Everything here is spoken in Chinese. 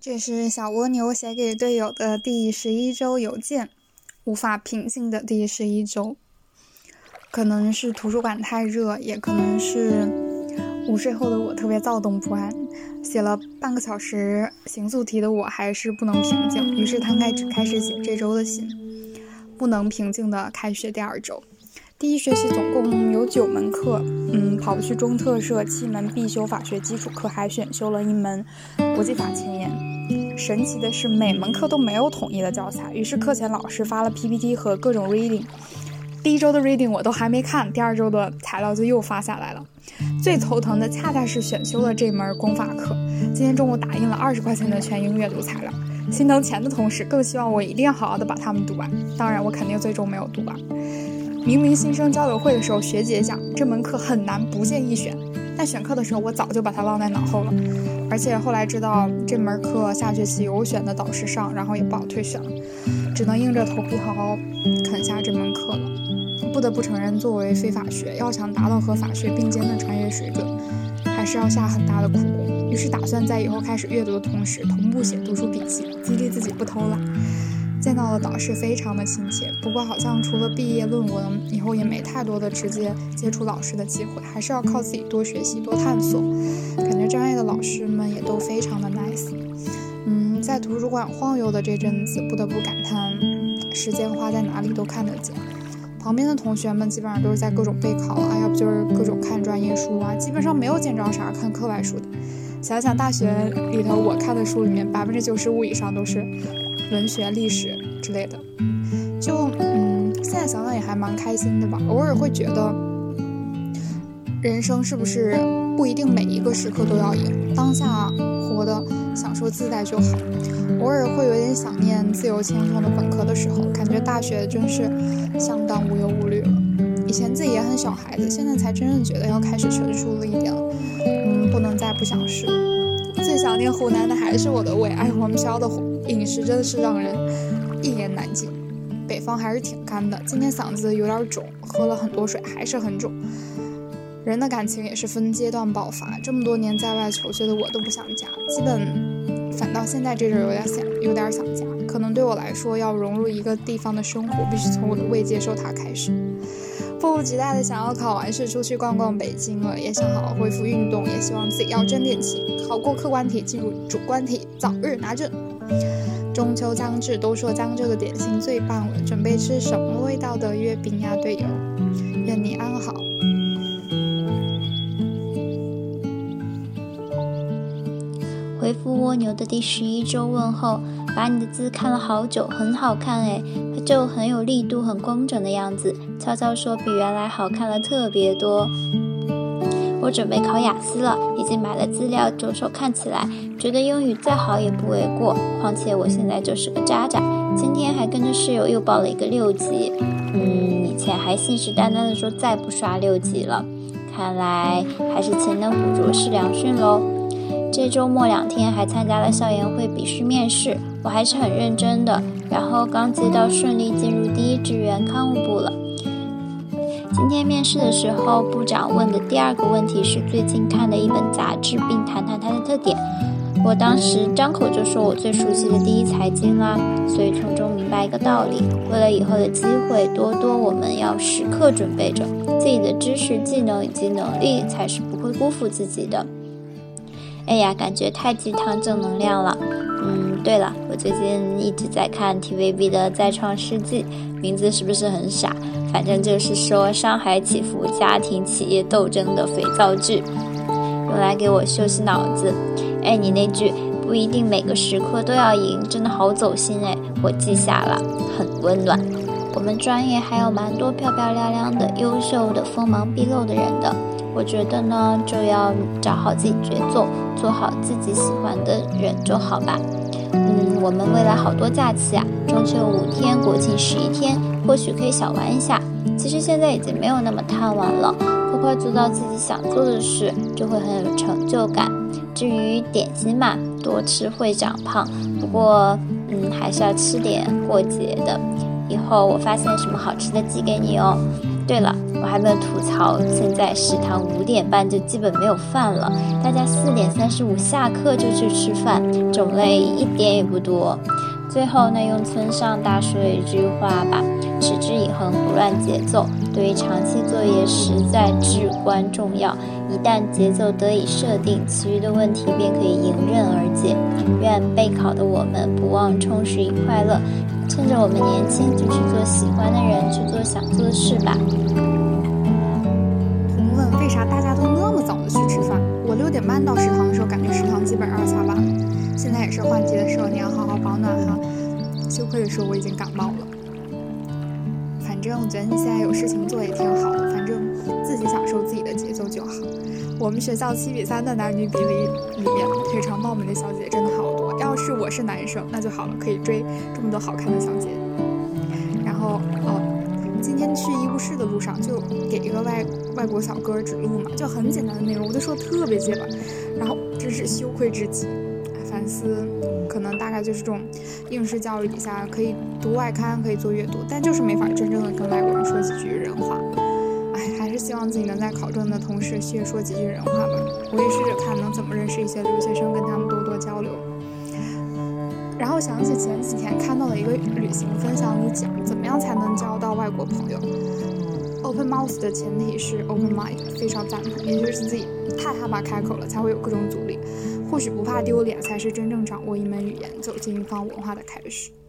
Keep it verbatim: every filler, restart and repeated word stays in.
这是小蜗牛写给队友的第十一周邮件，无法平静的第十一周。可能是图书馆太热，也可能是午睡后的我特别躁动不安，写了半个小时刑诉题的我还是不能平静，于是摊开纸开始写这周的信。不能平静的开学第二周，第一学期总共有九门课，嗯，跑去中特社七门必修法学基础课，还选修了一门国际法前沿。神奇的是每门课都没有统一的教材，于是课前老师发了 P P T 和各种 reading。第一周的 reading 我都还没看，第二周的材料就又发下来了。最头疼的恰恰是选修了这门公法课，今天中午打印了二十块钱的全英阅读材料，心疼钱的同时更希望我一定要好好的把它们读完，当然我肯定最终没有读完。明明新生交流会的时候学姐讲这门课很难不建议选，但选课的时候我早就把它忘在脑后了，而且后来知道这门课下学期有选的导师上，然后也不好退选了，只能硬着头皮好好啃下这门课了。不得不承认，作为非法学，要想达到和法学并肩的专业水准，还是要下很大的苦功。于是打算在以后开始阅读的同时同步写读书笔记，激励自己不偷懒。见到了导师非常的亲切，不过好像除了毕业论文以后也没太多的直接接触老师的机会，还是要靠自己多学习多探索。感觉专业的老师们也都非常的 nice。 嗯，在图书馆晃悠的这阵子，不得不感叹时间花在哪里都看得见。旁边的同学们基本上都是在各种备考啊，要不就是各种看专业书啊，基本上没有见着啥看课外书的。想想大学里头我看的书里面，百分之九十五以上都是文学、历史之类的。就嗯，现在想想也还蛮开心的吧。偶尔会觉得，人生是不是不一定每一个时刻都要赢，当下活得享受自在就好。偶尔会有点想念自由轻松的本科的时候，感觉大学真是相当无忧无虑了。以前自己也很小孩子，现在才真正觉得要开始成熟了一点了，嗯，不能再不想试。最想念湖南的还是我的胃，哎，我们学校的饮食真的是让人一言难尽。北方还是挺干的，今天嗓子有点肿，喝了很多水还是很肿。人的感情也是分阶段爆发，这么多年在外求学的我都不想家，基本反倒现在这阵有点想有点想家。可能对我来说，要融入一个地方的生活，必须从我的胃接受它开始。迫不及待的想要考完试出去逛逛北京了，也想好好恢复运动，也希望自己要真点勤，考过客观题进入主观题，早日拿证。中秋将至，都说江浙的点心最棒了，准备吃什么味道的月饼呀，队友？愿你安好。 回复蜗牛的第十一周问候，把你的字看了好久，很好看诶，它就很有力度，很工整的样子，悄悄说比原来好看了特别多。我准备考雅思了，已经买了资料，着手看起来，觉得英语再好也不为过，况且我现在就是个渣渣，今天还跟着室友又报了一个六级，嗯，以前还信誓旦旦的说再不刷六级了，看来还是勤能补拙是良训咯。这周末两天还参加了校研会笔试面试，我还是很认真的，然后刚接到顺利进入第一志愿刊物部了。今天面试的时候，部长问的第二个问题是最近看的一本杂志，并谈谈它的特点。我当时张口就说我最熟悉的第一财经啦，所以从中明白一个道理，为了以后的机会多多，我们要时刻准备着，自己的知识、技能以及能力才是不会辜负自己的。哎呀，感觉太鸡汤正能量了。嗯，对了，我最近一直在看 T V B 的再创世纪，名字是不是很傻？反正就是说上海起伏家庭企业斗争的肥皂剧，用来给我休息脑子。哎，你那句不一定每个时刻都要赢，真的好走心哎，我记下了，很温暖。我们专业还有蛮多漂漂亮亮的、优秀的、锋芒毕露的人的。我觉得呢，就要找好自己节奏，做好自己喜欢的人就好吧。嗯，我们未来好多假期啊，中秋五天，国庆十一天，或许可以小玩一下。其实现在已经没有那么贪玩了，快快做到自己想做的事，就会很有成就感。至于点心嘛，多吃会长胖，不过嗯，还是要吃点过节的。以后我发现什么好吃的寄给你哦。 对了，我还没有吐槽，现在食堂五点半就基本没有饭了，大家四点三十五下课就去吃饭，种类一点也不多。最后呢，用村上大叔的一句话吧，持之以恒，不乱节奏，对于长期作业实在至关重要。一旦节奏得以设定，其余的问题便可以迎刃而解。愿备考的我们不忘充实与快乐，趁着我们年轻，就去做喜欢的人，去做想做的事吧。 同问为啥大家都那么早的去吃饭？我六点半到食堂的时候，感觉食堂基本上下班了。现在也是换季的时候，你要好好保暖哈。羞愧的说我已经感冒了。反正我觉得你现在有事情做也挺好的，反正自己享受自己的节奏就好。我们学校七比三的男女比例里面，腿长貌美的小姐姐真的好多。要是我是男生，那就好了，可以追这么多好看的小姐姐。然后哦，今天去医务室的路上就给一个外外国小哥指路嘛，就很简单的内容，我就说特别结巴，然后真是羞愧至极。反思可能大概就是这种应试教育底下，可以读外刊，可以做阅读，但就是没法真正的跟外国人说几句人话。哎，还是希望自己能在考证的同时学说几句人话吧。我也试着看能怎么认识一些留学生，跟他们多多交流。然后想起前几天看到了一个旅行分享里讲，怎么样才能交到外国朋友。Open mouth 的前提是 open mind， 非常赞同，也就是自己太害怕开口了，才会有各种阻力。或许不怕丢脸，才是真正掌握一门语言、走进一方文化的开始。